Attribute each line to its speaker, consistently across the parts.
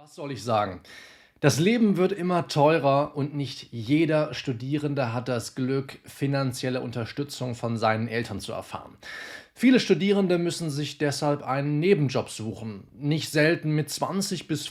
Speaker 1: Was soll ich sagen? Das Leben wird immer teurer und nicht jeder Studierende hat das Glück, finanzielle Unterstützung von seinen Eltern zu erfahren. Viele Studierende müssen sich deshalb einen Nebenjob suchen, nicht selten mit 20 bis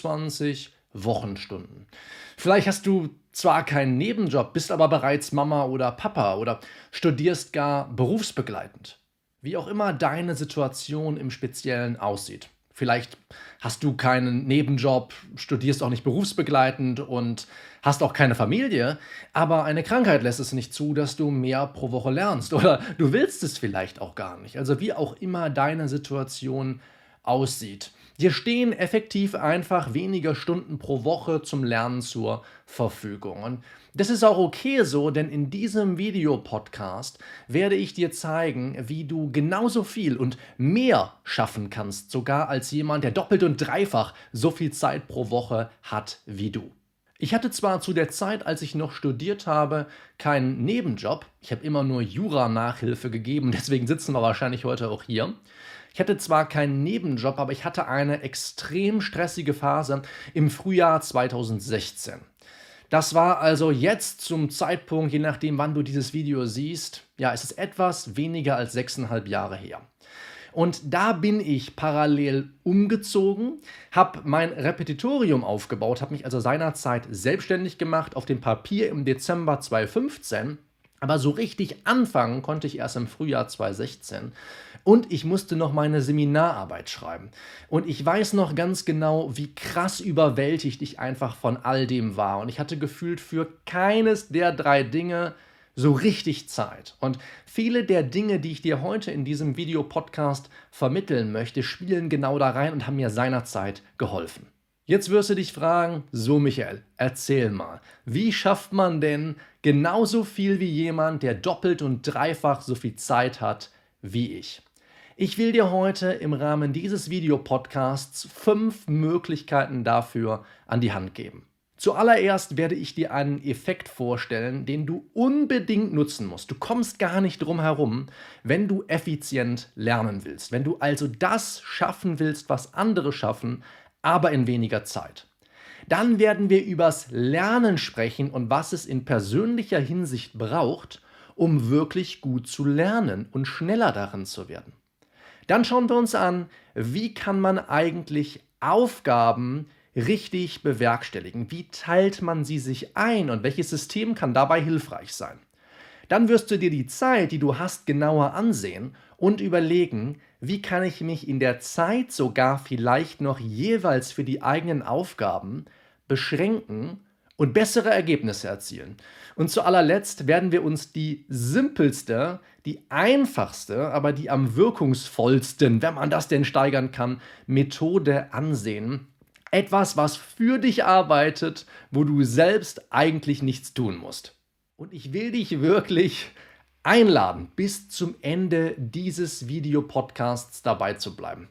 Speaker 1: 25 Wochenstunden. Vielleicht hast du zwar keinen Nebenjob, bist aber bereits Mama oder Papa oder studierst gar berufsbegleitend. Wie auch immer deine Situation im Speziellen aussieht. Vielleicht hast du keinen Nebenjob, studierst auch nicht berufsbegleitend und hast auch keine Familie, aber eine Krankheit lässt es nicht zu, dass du mehr pro Woche lernst oder du willst es vielleicht auch gar nicht. Also wie auch immer deine Situation aussieht. Dir stehen effektiv einfach weniger Stunden pro Woche zum Lernen zur Verfügung. Und das ist auch okay so, denn in diesem Videopodcast werde ich dir zeigen, wie du genauso viel und mehr schaffen kannst, sogar als jemand, der doppelt und dreifach so viel Zeit pro Woche hat wie du. Ich hatte zwar zu der Zeit, als ich noch studiert habe, keinen Nebenjob. Ich habe immer nur Jura-Nachhilfe gegeben, deswegen sitzen wir wahrscheinlich heute auch hier. Ich hatte zwar keinen Nebenjob, aber ich hatte eine extrem stressige Phase im Frühjahr 2016. Das war also jetzt zum Zeitpunkt, je nachdem, wann du dieses Video siehst, ja, es ist etwas weniger als 6,5 Jahre her. Und da bin ich parallel umgezogen, habe mein Repetitorium aufgebaut, habe mich also seinerzeit selbstständig gemacht auf dem Papier im Dezember 2015. Aber so richtig anfangen konnte ich erst im Frühjahr 2016 und ich musste noch meine Seminararbeit schreiben. Und ich weiß noch ganz genau, wie krass überwältigt ich einfach von all dem war. Und ich hatte gefühlt für keines der drei Dinge so richtig Zeit. Und viele der Dinge, die ich dir heute in diesem Videopodcast vermitteln möchte, spielen genau da rein und haben mir seinerzeit geholfen. Jetzt wirst du dich fragen, so Michael, erzähl mal, wie schafft man denn genauso viel wie jemand, der doppelt und dreifach so viel Zeit hat wie ich? Ich will dir heute im Rahmen dieses Videopodcasts 5 Möglichkeiten dafür an die Hand geben. Zuallererst werde ich dir einen Effekt vorstellen, den du unbedingt nutzen musst. Du kommst gar nicht drum herum, wenn du effizient lernen willst. Wenn du also das schaffen willst, was andere schaffen, aber in weniger Zeit. Dann werden wir übers Lernen sprechen und was es in persönlicher Hinsicht braucht, um wirklich gut zu lernen und schneller darin zu werden. Dann schauen wir uns an, wie kann man eigentlich Aufgaben richtig bewerkstelligen? Wie teilt man sie sich ein und welches System kann dabei hilfreich sein? Dann wirst du dir die Zeit, die du hast, genauer ansehen und überlegen, wie kann ich mich in der Zeit sogar vielleicht noch jeweils für die eigenen Aufgaben beschränken und bessere Ergebnisse erzielen. Und zu allerletzt werden wir uns die simpelste, die einfachste, aber die am wirkungsvollsten, wenn man das denn steigern kann, Methode ansehen. Etwas, was für dich arbeitet, wo du selbst eigentlich nichts tun musst. Und ich will dich wirklich einladen, bis zum Ende dieses Videopodcasts dabei zu bleiben.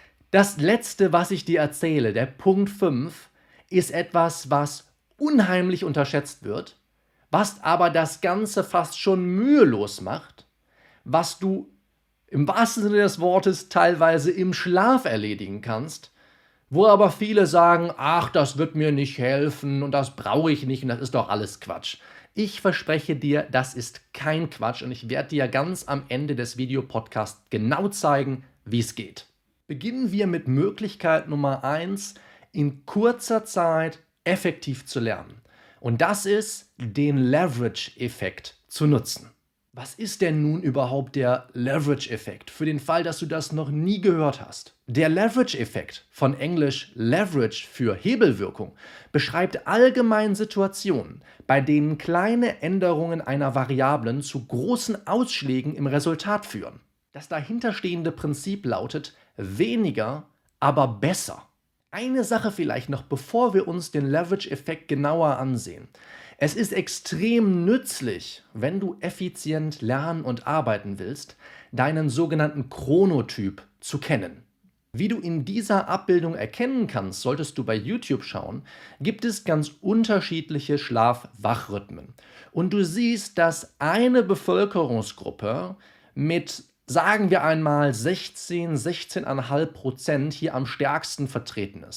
Speaker 1: Das letzte, was ich dir erzähle, der Punkt 5, ist etwas, was unheimlich unterschätzt wird, was aber das Ganze fast schon mühelos macht, was du im wahrsten Sinne des Wortes teilweise im Schlaf erledigen kannst, wo aber viele sagen, ach, das wird mir nicht helfen und das brauche ich nicht und das ist doch alles Quatsch. Ich verspreche dir, das ist kein Quatsch und ich werde dir ganz am Ende des Videopodcasts genau zeigen, wie es geht. Beginnen wir mit Möglichkeit Nummer 1, in kurzer Zeit effektiv zu lernen. Und das ist, den Leverage-Effekt zu nutzen. Was ist denn nun überhaupt der Leverage-Effekt? Für den Fall, dass du das noch nie gehört hast. Der Leverage-Effekt, von Englisch Leverage für Hebelwirkung, beschreibt allgemein Situationen, bei denen kleine Änderungen einer Variablen zu großen Ausschlägen im Resultat führen. Das dahinterstehende Prinzip lautet, weniger, aber besser. Eine Sache vielleicht noch, bevor wir uns den Leverage-Effekt genauer ansehen. Es ist extrem nützlich, wenn du effizient lernen und arbeiten willst, deinen sogenannten Chronotyp zu kennen. Wie du in dieser Abbildung erkennen kannst, solltest du bei YouTube schauen, gibt es ganz unterschiedliche Schlaf-Wach-Rhythmen. Und du siehst, dass eine Bevölkerungsgruppe mit, sagen wir einmal, 16,5% hier am stärksten vertreten ist.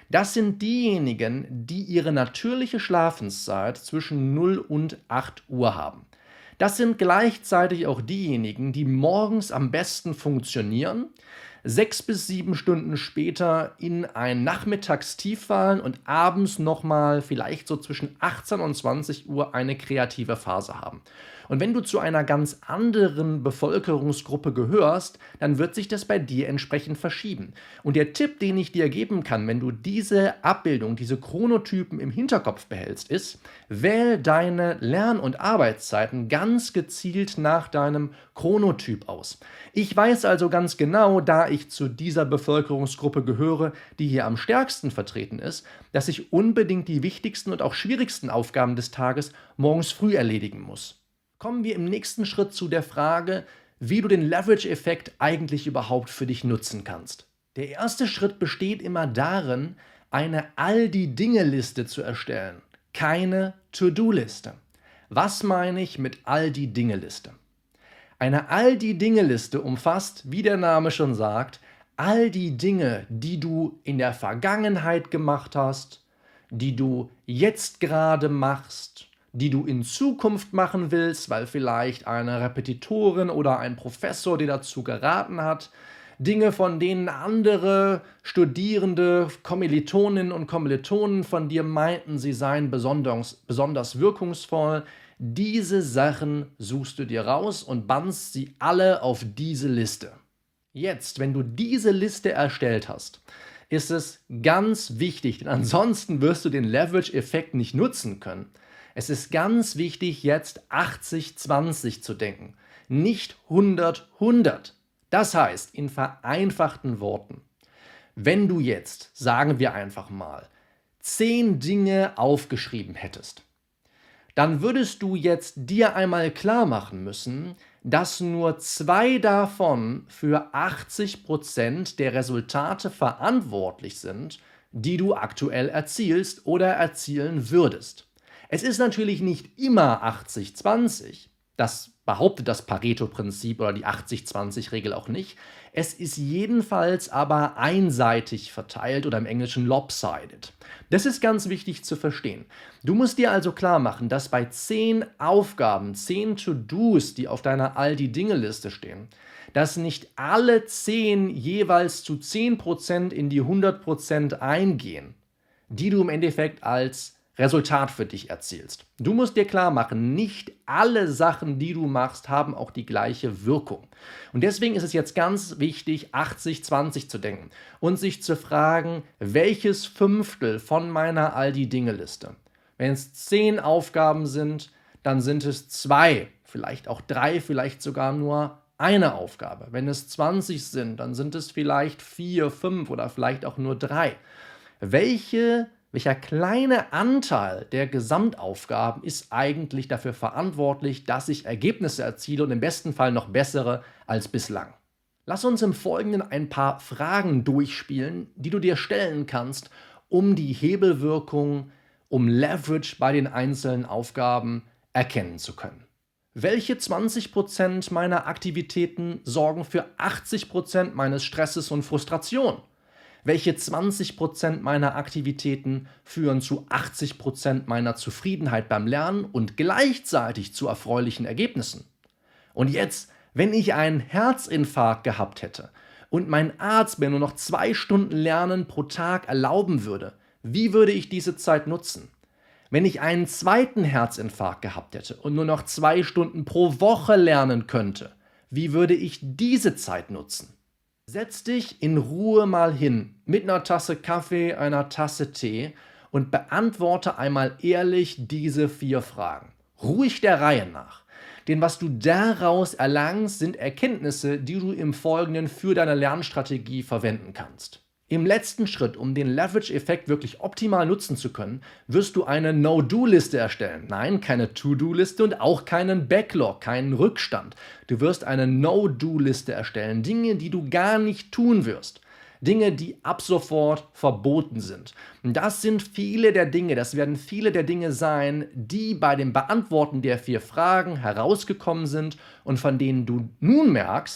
Speaker 1: Das sind diejenigen, die ihre natürliche Schlafenszeit zwischen 0 und 8 Uhr haben. Das sind gleichzeitig auch diejenigen, die morgens am besten funktionieren, 6 bis 7 Stunden später in ein Nachmittagstief fallen und abends nochmal vielleicht so zwischen 18 und 20 Uhr eine kreative Phase haben. Und wenn du zu einer ganz anderen Bevölkerungsgruppe gehörst, dann wird sich das bei dir entsprechend verschieben. Und der Tipp, den ich dir geben kann, wenn du diese Abbildung, diese Chronotypen im Hinterkopf behältst, ist: Wähl deine Lern- und Arbeitszeiten ganz gezielt nach deinem Chronotyp aus. Ich weiß also ganz genau, da ich zu dieser Bevölkerungsgruppe gehöre, die hier am stärksten vertreten ist, dass ich unbedingt die wichtigsten und auch schwierigsten Aufgaben des Tages morgens früh erledigen muss. Kommen wir im nächsten Schritt zu der Frage, wie du den Leverage-Effekt eigentlich überhaupt für dich nutzen kannst. Der erste Schritt besteht immer darin, eine All-die-Dinge-Liste zu erstellen, keine To-Do-Liste. Was meine ich mit All-die-Dinge-Liste? Eine All-die-Dinge-Liste umfasst, wie der Name schon sagt, all die Dinge, die du in der Vergangenheit gemacht hast, die du jetzt gerade machst, die du in Zukunft machen willst, weil vielleicht eine Repetitorin oder ein Professor dir dazu geraten hat, Dinge, von denen andere Studierende, Kommilitoninnen und Kommilitonen von dir meinten, sie seien besonders wirkungsvoll. Diese Sachen suchst du dir raus und bannst sie alle auf diese Liste. Jetzt, wenn du diese Liste erstellt hast, ist es ganz wichtig, denn ansonsten wirst du den Leverage-Effekt nicht nutzen können. Es ist ganz wichtig, jetzt 80-20 zu denken, nicht 100-100. Das heißt, in vereinfachten Worten, wenn du jetzt, sagen wir einfach mal, 10 Dinge aufgeschrieben hättest, dann würdest du jetzt dir einmal klar machen müssen, dass nur 2 davon für 80% der Resultate verantwortlich sind, die du aktuell erzielst oder erzielen würdest. Es ist natürlich nicht immer 80-20. Das behauptet das Pareto-Prinzip oder die 80-20-Regel auch nicht. Es ist jedenfalls aber einseitig verteilt oder im Englischen lopsided. Das ist ganz wichtig zu verstehen. Du musst dir also klar machen, dass bei 10 Aufgaben, 10 To-Dos, die auf deiner All-die-Dinge-Liste stehen, dass nicht alle 10 jeweils zu 10% in die 100% eingehen, die du im Endeffekt als Resultat für dich erzielst. Du musst dir klar machen, nicht alle Sachen, die du machst, haben auch die gleiche Wirkung. Und deswegen ist es jetzt ganz wichtig, 80-20 zu denken und sich zu fragen, welches Fünftel von meiner All-die-Dinge-Liste. Wenn es 10 Aufgaben sind, dann sind es 2, vielleicht auch 3, vielleicht sogar nur eine Aufgabe. Wenn es 20 sind, dann sind es vielleicht 4, 5 oder vielleicht auch nur 3. Welcher kleine Anteil der Gesamtaufgaben ist eigentlich dafür verantwortlich, dass ich Ergebnisse erziele und im besten Fall noch bessere als bislang? Lass uns im Folgenden ein paar Fragen durchspielen, die du dir stellen kannst, um die Hebelwirkung, um Leverage bei den einzelnen Aufgaben erkennen zu können. Welche 20% meiner Aktivitäten sorgen für 80% meines Stresses und Frustration? Welche 20% meiner Aktivitäten führen zu 80% meiner Zufriedenheit beim Lernen und gleichzeitig zu erfreulichen Ergebnissen? Und jetzt, wenn ich einen Herzinfarkt gehabt hätte und mein Arzt mir nur noch 2 Stunden Lernen pro Tag erlauben würde, wie würde ich diese Zeit nutzen? Wenn ich einen zweiten Herzinfarkt gehabt hätte und nur noch 2 Stunden pro Woche lernen könnte, wie würde ich diese Zeit nutzen? Setz dich in Ruhe mal hin mit einer Tasse Kaffee, einer Tasse Tee und beantworte einmal ehrlich diese 4 Fragen. Ruhig der Reihe nach. Denn was du daraus erlangst, sind Erkenntnisse, die du im Folgenden für deine Lernstrategie verwenden kannst. Im letzten Schritt, um den Leverage-Effekt wirklich optimal nutzen zu können, wirst du eine No-Do-Liste erstellen. Nein, keine To-Do-Liste und auch keinen Backlog, keinen Rückstand. Du wirst eine No-Do-Liste erstellen. Dinge, die du gar nicht tun wirst. Dinge, die ab sofort verboten sind. Und das werden viele der Dinge sein, die bei dem Beantworten der 4 Fragen herausgekommen sind und von denen du nun merkst,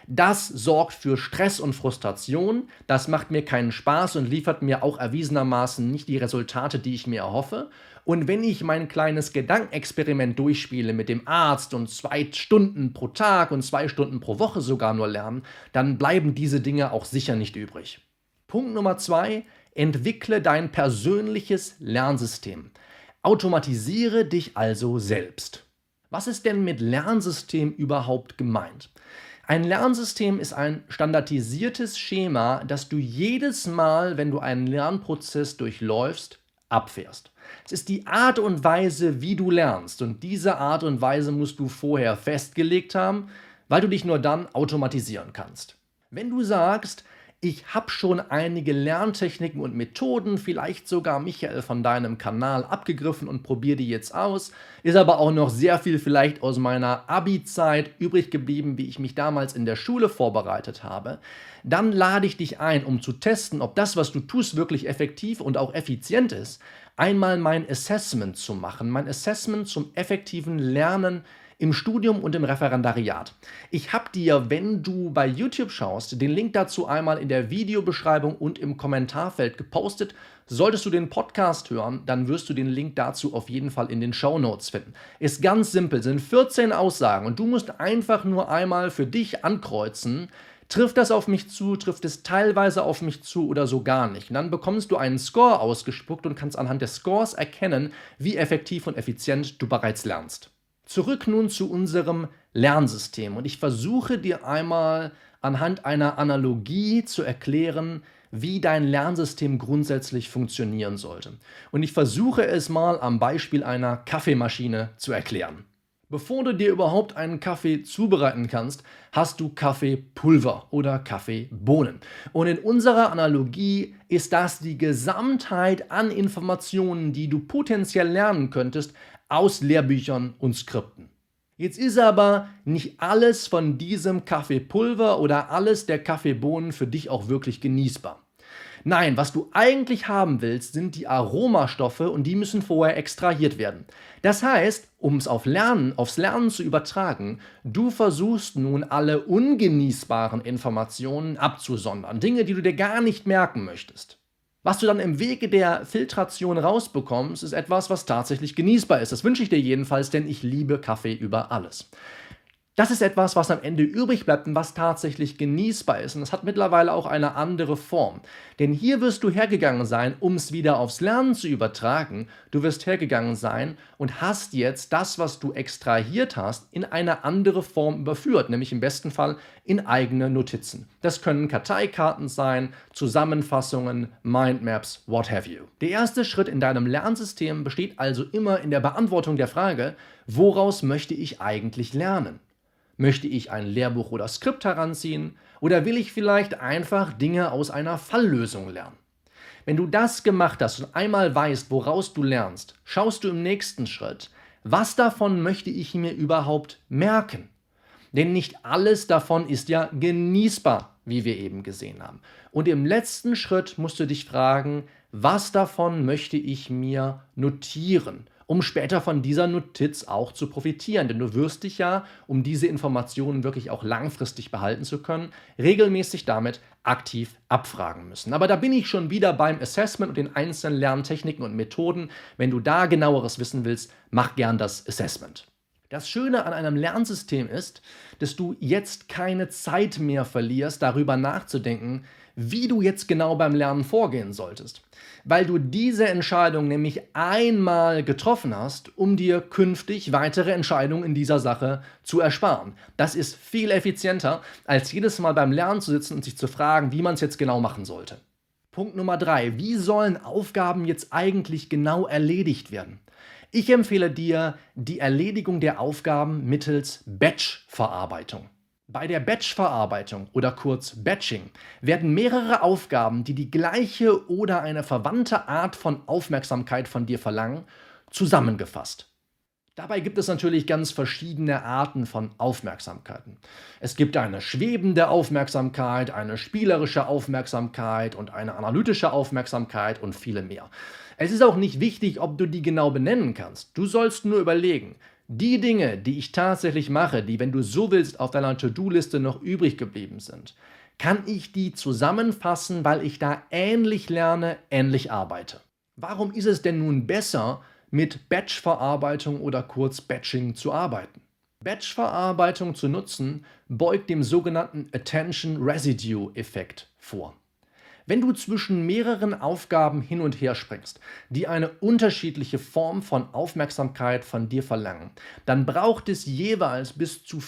Speaker 1: Das sorgt für Stress und Frustration, das macht mir keinen Spaß und liefert mir auch erwiesenermaßen nicht die Resultate, die ich mir erhoffe. Und wenn ich mein kleines Gedankenexperiment durchspiele mit dem Arzt und 2 Stunden pro Tag und 2 Stunden pro Woche sogar nur lernen, dann bleiben diese Dinge auch sicher nicht übrig. Punkt Nummer 2: Entwickle dein persönliches Lernsystem. Automatisiere dich also selbst. Was ist denn mit Lernsystem überhaupt gemeint? Ein Lernsystem ist ein standardisiertes Schema, das du jedes Mal, wenn du einen Lernprozess durchläufst, abfährst. Es ist die Art und Weise, wie du lernst, und diese Art und Weise musst du vorher festgelegt haben, weil du dich nur dann automatisieren kannst. Wenn du sagst, ich habe schon einige Lerntechniken und Methoden, vielleicht sogar Michael von deinem Kanal abgegriffen und probiere die jetzt aus, ist aber auch noch sehr viel vielleicht aus meiner Abi-Zeit übrig geblieben, wie ich mich damals in der Schule vorbereitet habe, dann lade ich dich ein, um zu testen, ob das, was du tust, wirklich effektiv und auch effizient ist, einmal mein Assessment zu machen, mein Assessment zum effektiven Lernen im Studium und im Referendariat. Ich habe dir, wenn du bei YouTube schaust, den Link dazu einmal in der Videobeschreibung und im Kommentarfeld gepostet. Solltest du den Podcast hören, dann wirst du den Link dazu auf jeden Fall in den Shownotes finden. Ist ganz simpel, sind 14 Aussagen und du musst einfach nur einmal für dich ankreuzen, trifft das auf mich zu, trifft es teilweise auf mich zu oder so gar nicht. Und dann bekommst du einen Score ausgespuckt und kannst anhand des Scores erkennen, wie effektiv und effizient du bereits lernst. Zurück nun zu unserem Lernsystem, und ich versuche dir einmal anhand einer Analogie zu erklären, wie dein Lernsystem grundsätzlich funktionieren sollte. Und ich versuche es mal am Beispiel einer Kaffeemaschine zu erklären. Bevor du dir überhaupt einen Kaffee zubereiten kannst, hast du Kaffeepulver oder Kaffeebohnen. Und in unserer Analogie ist das die Gesamtheit an Informationen, die du potenziell lernen könntest aus Lehrbüchern und Skripten. Jetzt ist aber nicht alles von diesem Kaffeepulver oder alles der Kaffeebohnen für dich auch wirklich genießbar. Nein, was du eigentlich haben willst, sind die Aromastoffe, und die müssen vorher extrahiert werden. Das heißt, um es aufs Lernen zu übertragen, du versuchst nun alle ungenießbaren Informationen abzusondern, Dinge, die du dir gar nicht merken möchtest. Was du dann im Wege der Filtration rausbekommst, ist etwas, was tatsächlich genießbar ist. Das wünsche ich dir jedenfalls, denn ich liebe Kaffee über alles. Das ist etwas, was am Ende übrig bleibt und was tatsächlich genießbar ist. Und es hat mittlerweile auch eine andere Form. Denn hier wirst du hergegangen sein, um es wieder aufs Lernen zu übertragen. Du wirst hergegangen sein und hast jetzt das, was du extrahiert hast, in eine andere Form überführt. Nämlich im besten Fall in eigene Notizen. Das können Karteikarten sein, Zusammenfassungen, Mindmaps, what have you. Der erste Schritt in deinem Lernsystem besteht also immer in der Beantwortung der Frage, woraus möchte ich eigentlich lernen? Möchte ich ein Lehrbuch oder Skript heranziehen, oder will ich vielleicht einfach Dinge aus einer Falllösung lernen? Wenn du das gemacht hast und einmal weißt, woraus du lernst, schaust du im nächsten Schritt, was davon möchte ich mir überhaupt merken? Denn nicht alles davon ist ja genießbar, wie wir eben gesehen haben. Und im letzten Schritt musst du dich fragen, was davon möchte ich mir notieren, um später von dieser Notiz auch zu profitieren. Denn du wirst dich ja, um diese Informationen wirklich auch langfristig behalten zu können, regelmäßig damit aktiv abfragen müssen. Aber da bin ich schon wieder beim Assessment und den einzelnen Lerntechniken und Methoden. Wenn du da genaueres wissen willst, mach gern das Assessment. Das Schöne an einem Lernsystem ist, dass du jetzt keine Zeit mehr verlierst, darüber nachzudenken, wie du jetzt genau beim Lernen vorgehen solltest. Weil du diese Entscheidung nämlich einmal getroffen hast, um dir künftig weitere Entscheidungen in dieser Sache zu ersparen. Das ist viel effizienter, als jedes Mal beim Lernen zu sitzen und sich zu fragen, wie man es jetzt genau machen sollte. Punkt Nummer 3. Wie sollen Aufgaben jetzt eigentlich genau erledigt werden? Ich empfehle dir die Erledigung der Aufgaben mittels Batch-Verarbeitung. Bei der Batch-Verarbeitung oder kurz Batching werden mehrere Aufgaben, die die gleiche oder eine verwandte Art von Aufmerksamkeit von dir verlangen, zusammengefasst. Dabei gibt es natürlich ganz verschiedene Arten von Aufmerksamkeiten. Es gibt eine schwebende Aufmerksamkeit, eine spielerische Aufmerksamkeit und eine analytische Aufmerksamkeit und viele mehr. Es ist auch nicht wichtig, ob du die genau benennen kannst. Du sollst nur überlegen, Die Dinge, die ich tatsächlich mache, die, wenn du so willst, auf deiner To-Do-Liste noch übrig geblieben sind, kann ich die zusammenfassen, weil ich da ähnlich lerne, ähnlich arbeite. Warum ist es denn nun besser, mit Batch-Verarbeitung oder kurz Batching zu arbeiten? Batch-Verarbeitung zu nutzen, beugt dem sogenannten Attention Residue-Effekt vor. Wenn du zwischen mehreren Aufgaben hin und her springst, die eine unterschiedliche Form von Aufmerksamkeit von dir verlangen, dann braucht es jeweils bis zu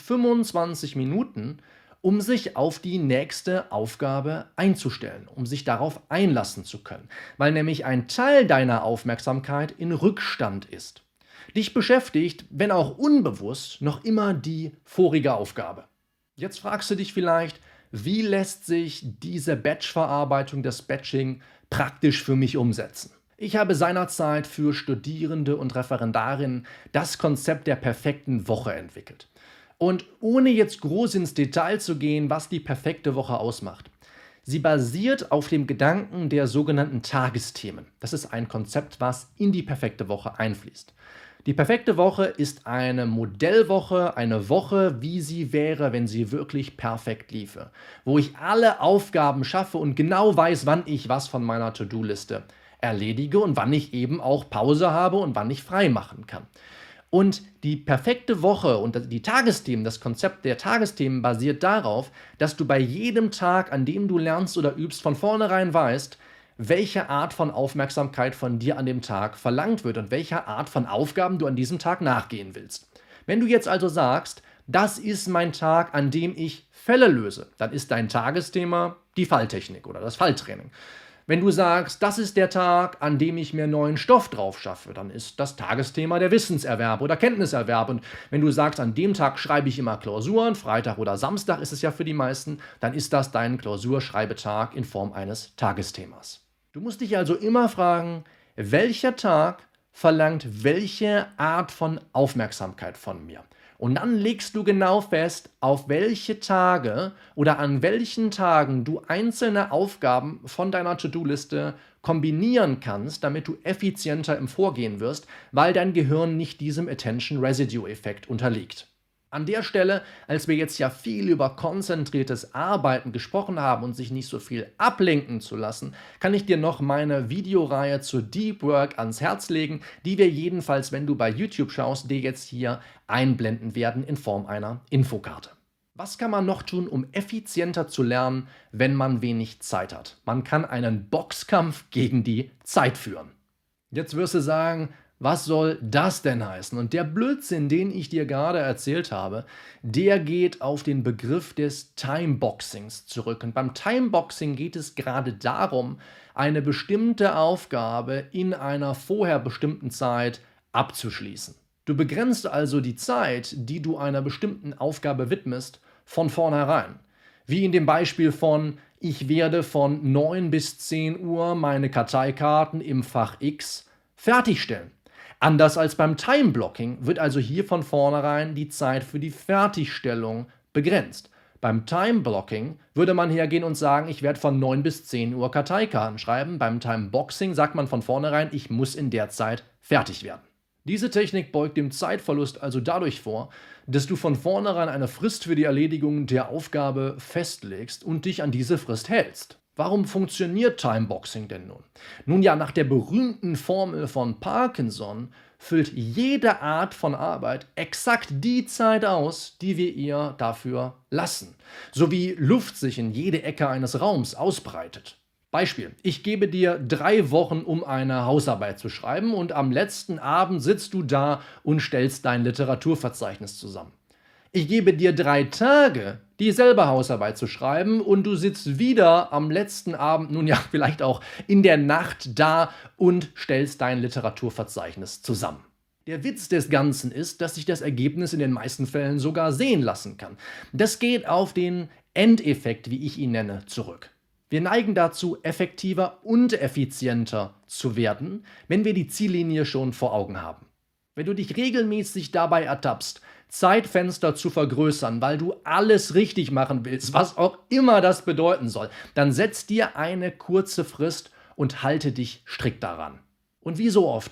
Speaker 1: 25 Minuten, um sich auf die nächste Aufgabe einzustellen, um sich darauf einlassen zu können, weil nämlich ein Teil deiner Aufmerksamkeit in Rückstand ist. Dich beschäftigt, wenn auch unbewusst, noch immer die vorige Aufgabe. Jetzt fragst du dich vielleicht, wie lässt sich diese Batch-Verarbeitung, das Batching, praktisch für mich umsetzen? Ich habe seinerzeit für Studierende und Referendarinnen das Konzept der perfekten Woche entwickelt. Und ohne jetzt groß ins Detail zu gehen, was die perfekte Woche ausmacht. Sie basiert auf dem Gedanken der sogenannten Tagesthemen. Das ist ein Konzept, was in die perfekte Woche einfließt. Die perfekte Woche ist eine Modellwoche, eine Woche, wie sie wäre, wenn sie wirklich perfekt liefe. Wo ich alle Aufgaben schaffe und genau weiß, wann ich was von meiner To-Do-Liste erledige und wann ich eben auch Pause habe und wann ich frei machen kann. Und die perfekte Woche und die Tagesthemen, das Konzept der Tagesthemen basiert darauf, dass du bei jedem Tag, an dem du lernst oder übst, von vornherein weißt, welche Art von Aufmerksamkeit von dir an dem Tag verlangt wird und welcher Art von Aufgaben du an diesem Tag nachgehen willst. Wenn du jetzt also sagst, das ist mein Tag, an dem ich Fälle löse, dann ist dein Tagesthema die Falltechnik oder das Falltraining. Wenn du sagst, das ist der Tag, an dem ich mir neuen Stoff drauf schaffe, dann ist das Tagesthema der Wissenserwerb oder Kenntniserwerb. Und wenn du sagst, an dem Tag schreibe ich immer Klausuren, Freitag oder Samstag ist es ja für die meisten, dann ist das dein Klausurschreibetag in Form eines Tagesthemas. Du musst dich also immer fragen, welcher Tag verlangt welche Art von Aufmerksamkeit von mir? Und dann legst du genau fest, auf welche Tage oder an welchen Tagen du einzelne Aufgaben von deiner To-Do-Liste kombinieren kannst, damit du effizienter im Vorgehen wirst, weil dein Gehirn nicht diesem Attention-Residue-Effekt unterliegt. An der Stelle, als wir jetzt ja viel über konzentriertes Arbeiten gesprochen haben und sich nicht so viel ablenken zu lassen, kann ich dir noch meine Videoreihe zu Deep Work ans Herz legen, die wir jedenfalls, wenn du bei YouTube schaust, dir jetzt hier einblenden werden in Form einer Infokarte. Was kann man noch tun, um effizienter zu lernen, wenn man wenig Zeit hat? Man kann einen Boxkampf gegen die Zeit führen. Jetzt wirst du sagen, was soll das denn heißen? Und der Blödsinn, den ich dir gerade erzählt habe, der geht auf den Begriff des Timeboxings zurück. Und beim Timeboxing geht es gerade darum, eine bestimmte Aufgabe in einer vorher bestimmten Zeit abzuschließen. Du begrenzt also die Zeit, die du einer bestimmten Aufgabe widmest, von vornherein. Wie in dem Beispiel von, ich werde von 9 bis 10 Uhr meine Karteikarten im Fach X fertigstellen. Anders als beim Time-Blocking wird also hier von vornherein die Zeit für die Fertigstellung begrenzt. Beim Time-Blocking würde man hergehen und sagen, ich werde von 9 bis 10 Uhr Karteikarten schreiben. Beim Time-Boxing sagt man von vornherein, ich muss in der Zeit fertig werden. Diese Technik beugt dem Zeitverlust also dadurch vor, dass du von vornherein eine Frist für die Erledigung der Aufgabe festlegst und dich an diese Frist hältst. Warum funktioniert Timeboxing denn nun? Nun ja, nach der berühmten Formel von Parkinson füllt jede Art von Arbeit exakt die Zeit aus, die wir ihr dafür lassen. So wie Luft sich in jede Ecke eines Raums ausbreitet. Beispiel, ich gebe dir 3 Wochen, um eine Hausarbeit zu schreiben und am letzten Abend sitzt du da und stellst dein Literaturverzeichnis zusammen. Ich gebe dir 3 Tage, dieselbe Hausarbeit zu schreiben und du sitzt wieder am letzten Abend, nun ja, vielleicht auch in der Nacht da und stellst dein Literaturverzeichnis zusammen. Der Witz des Ganzen ist, dass sich das Ergebnis in den meisten Fällen sogar sehen lassen kann. Das geht auf den Endeffekt, wie ich ihn nenne, zurück. Wir neigen dazu, effektiver und effizienter zu werden, wenn wir die Ziellinie schon vor Augen haben. Wenn du dich regelmäßig dabei ertappst, Zeitfenster zu vergrößern, weil du alles richtig machen willst, was auch immer das bedeuten soll, dann setz dir eine kurze Frist und halte dich strikt daran. Und wie so oft,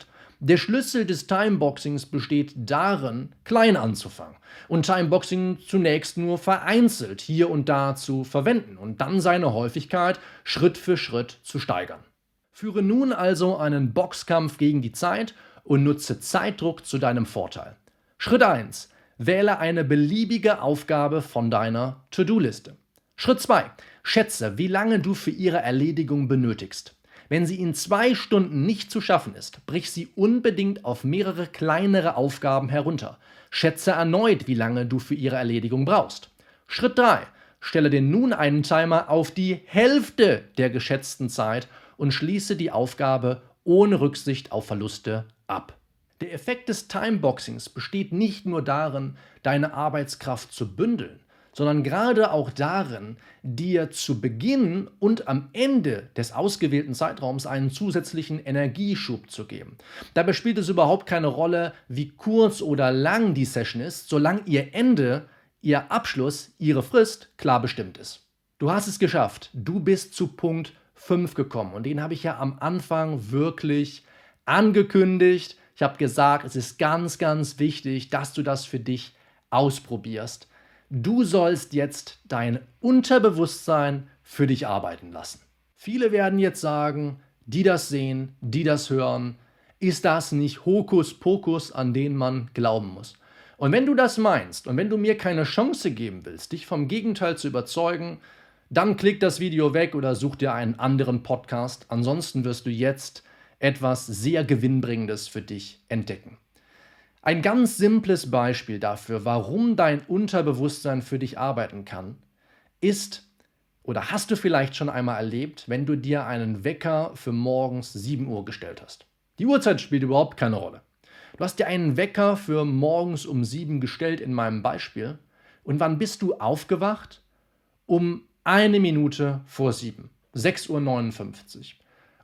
Speaker 1: Der Schlüssel des Timeboxings besteht darin, klein anzufangen und Timeboxing zunächst nur vereinzelt hier und da zu verwenden und dann seine Häufigkeit Schritt für Schritt zu steigern. Führe nun also einen Boxkampf gegen die Zeit und nutze Zeitdruck zu deinem Vorteil. Schritt 1. Wähle eine beliebige Aufgabe von deiner To-Do-Liste. Schritt 2. Schätze, wie lange du für ihre Erledigung benötigst. Wenn sie in 2 Stunden nicht zu schaffen ist, brich sie unbedingt auf mehrere kleinere Aufgaben herunter. Schätze erneut, wie lange du für ihre Erledigung brauchst. Schritt 3. Stelle dir nun einen Timer auf die Hälfte der geschätzten Zeit und schließe die Aufgabe ohne Rücksicht auf Verluste ab. Der Effekt des Timeboxings besteht nicht nur darin, deine Arbeitskraft zu bündeln, sondern gerade auch darin, dir zu Beginn und am Ende des ausgewählten Zeitraums einen zusätzlichen Energieschub zu geben. Dabei spielt es überhaupt keine Rolle, wie kurz oder lang die Session ist, solange ihr Ende, ihr Abschluss, ihre Frist klar bestimmt ist. Du hast es geschafft. Du bist zu Punkt 5 gekommen und den habe ich ja am Anfang wirklich angekündigt. Ich habe gesagt, es ist ganz, ganz wichtig, dass du das für dich ausprobierst. Du sollst jetzt dein Unterbewusstsein für dich arbeiten lassen. Viele werden jetzt sagen, die das sehen, die das hören, ist das nicht Hokuspokus, an den man glauben muss? Und wenn du das meinst und wenn du mir keine Chance geben willst, dich vom Gegenteil zu überzeugen, dann klick das Video weg oder such dir einen anderen Podcast. Ansonsten wirst du jetzt etwas sehr Gewinnbringendes für dich entdecken. Ein ganz simples Beispiel dafür, warum dein Unterbewusstsein für dich arbeiten kann, ist, oder hast du vielleicht schon einmal erlebt, wenn du dir einen Wecker für morgens 7 Uhr gestellt hast. Die Uhrzeit spielt überhaupt keine Rolle. Du hast dir einen Wecker für morgens um 7 gestellt in meinem Beispiel. Und wann bist du aufgewacht? Um 1 Minute vor 7, 6:59 Uhr.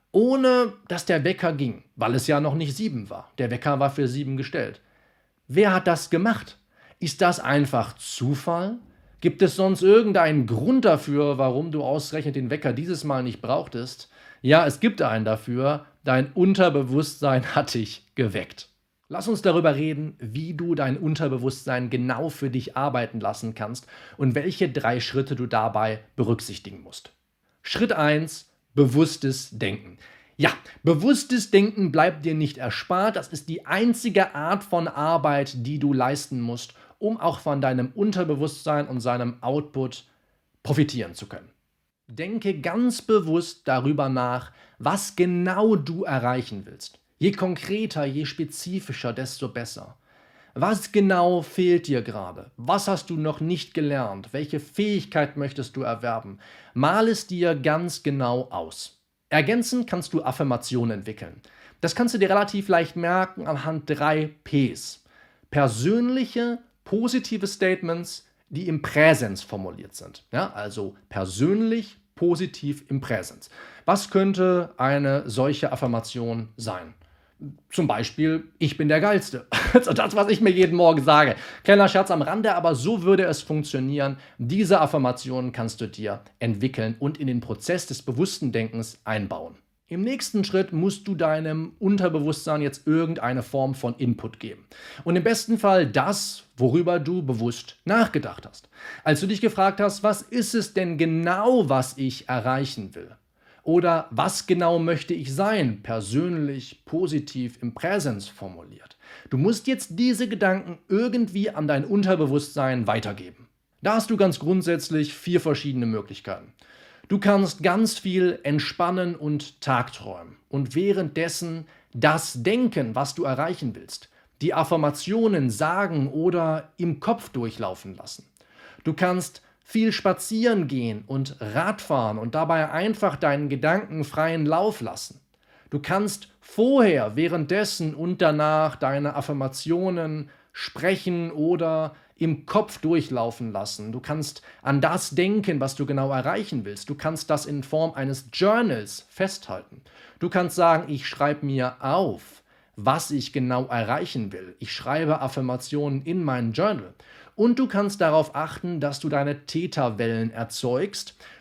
Speaker 1: Ohne dass der Wecker ging, weil es ja noch nicht 7 war. Der Wecker war für 7 gestellt. Wer hat das gemacht? Ist das einfach Zufall? Gibt es sonst irgendeinen Grund dafür, warum du ausgerechnet den Wecker dieses Mal nicht brauchtest? Ja, es gibt einen dafür. Dein Unterbewusstsein hat dich geweckt. Lass uns darüber reden, wie du dein Unterbewusstsein genau für dich arbeiten lassen kannst und welche 3 Schritte du dabei berücksichtigen musst. Schritt 1: bewusstes Denken. Ja, bewusstes Denken bleibt dir nicht erspart. Das ist die einzige Art von Arbeit, die du leisten musst, um auch von deinem Unterbewusstsein und seinem Output profitieren zu können. Denke ganz bewusst darüber nach, was genau du erreichen willst. Je konkreter, je spezifischer, desto besser. Was genau fehlt dir gerade? Was hast du noch nicht gelernt? Welche Fähigkeit möchtest du erwerben? Mal es dir ganz genau aus. Ergänzend kannst du Affirmationen entwickeln. Das kannst du dir relativ leicht merken anhand 3 Ps. Persönliche, positive Statements, die im Präsens formuliert sind. Ja, also persönlich, positiv im Präsens. Was könnte eine solche Affirmation sein? Zum Beispiel, ich bin der Geilste. Also das, was ich mir jeden Morgen sage. Kleiner Scherz am Rande, aber so würde es funktionieren. Diese Affirmationen kannst du dir entwickeln und in den Prozess des bewussten Denkens einbauen. Im nächsten Schritt musst du deinem Unterbewusstsein jetzt irgendeine Form von Input geben. Und im besten Fall das, worüber du bewusst nachgedacht hast. Als du dich gefragt hast, was ist es denn genau, was ich erreichen will? Oder was genau möchte ich sein, persönlich, positiv, im Präsens formuliert. Du musst jetzt diese Gedanken irgendwie an dein Unterbewusstsein weitergeben. Da hast du ganz grundsätzlich 4 verschiedene Möglichkeiten. Du kannst ganz viel entspannen und tagträumen und währenddessen das denken, was du erreichen willst, die Affirmationen sagen oder im Kopf durchlaufen lassen. Du kannst viel spazieren gehen und Radfahren und dabei einfach deinen Gedanken freien Lauf lassen. Du kannst vorher, währenddessen und danach deine Affirmationen sprechen oder im Kopf durchlaufen lassen. Du kannst an das denken, was du genau erreichen willst. Du kannst das in Form eines Journals festhalten. Du kannst sagen, ich schreibe mir auf, was ich genau erreichen will. Ich schreibe Affirmationen in mein Journal. Und du kannst darauf achten, dass du deine Theta-Wellen erzeugst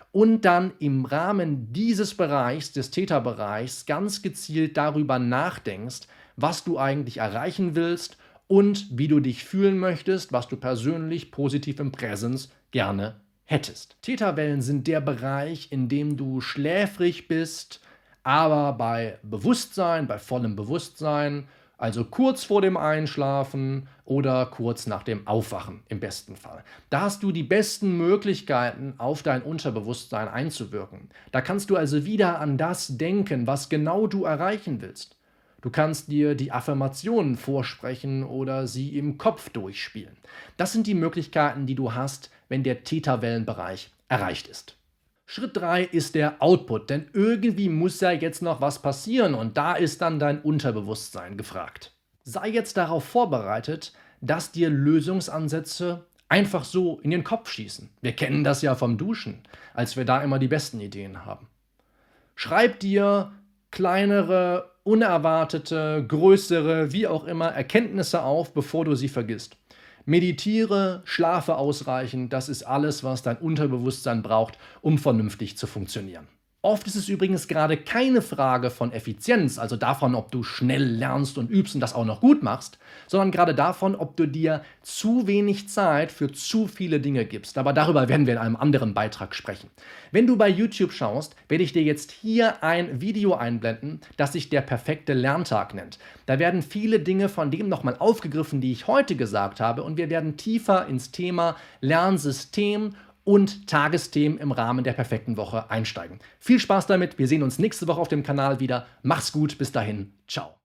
Speaker 1: und dann im Rahmen dieses Bereichs, des Theta-Bereichs, ganz gezielt darüber nachdenkst, was du eigentlich erreichen willst und wie du dich fühlen möchtest, was du persönlich positiv im Präsens gerne hättest. Theta-Wellen sind der Bereich, in dem du schläfrig bist, aber bei Bewusstsein, bei vollem Bewusstsein, also kurz vor dem Einschlafen oder kurz nach dem Aufwachen im besten Fall. Da hast du die besten Möglichkeiten, auf dein Unterbewusstsein einzuwirken. Da kannst du also wieder an das denken, was genau du erreichen willst. Du kannst dir die Affirmationen vorsprechen oder sie im Kopf durchspielen. Das sind die Möglichkeiten, die du hast, wenn der Theta-Wellenbereich erreicht ist. Schritt 3 ist der Output, denn irgendwie muss ja jetzt noch was passieren und da ist dann dein Unterbewusstsein gefragt. Sei jetzt darauf vorbereitet, dass dir Lösungsansätze einfach so in den Kopf schießen. Wir kennen das ja vom Duschen, als wir da immer die besten Ideen haben. Schreib dir kleinere, unerwartete, größere, wie auch immer, Erkenntnisse auf, bevor du sie vergisst. Meditiere, schlafe ausreichend, das ist alles, was dein Unterbewusstsein braucht, um vernünftig zu funktionieren. Oft ist es übrigens gerade keine Frage von Effizienz, also davon, ob du schnell lernst und übst und das auch noch gut machst, sondern gerade davon, ob du dir zu wenig Zeit für zu viele Dinge gibst. Aber darüber werden wir in einem anderen Beitrag sprechen. Wenn du bei YouTube schaust, werde ich dir jetzt hier ein Video einblenden, das sich der perfekte Lerntag nennt. Da werden viele Dinge von dem nochmal aufgegriffen, die ich heute gesagt habe, und wir werden tiefer ins Thema Lernsystem und Tagesthemen im Rahmen der perfekten Woche einsteigen. Viel Spaß damit, wir sehen uns nächste Woche auf dem Kanal wieder. Mach's gut, bis dahin, ciao.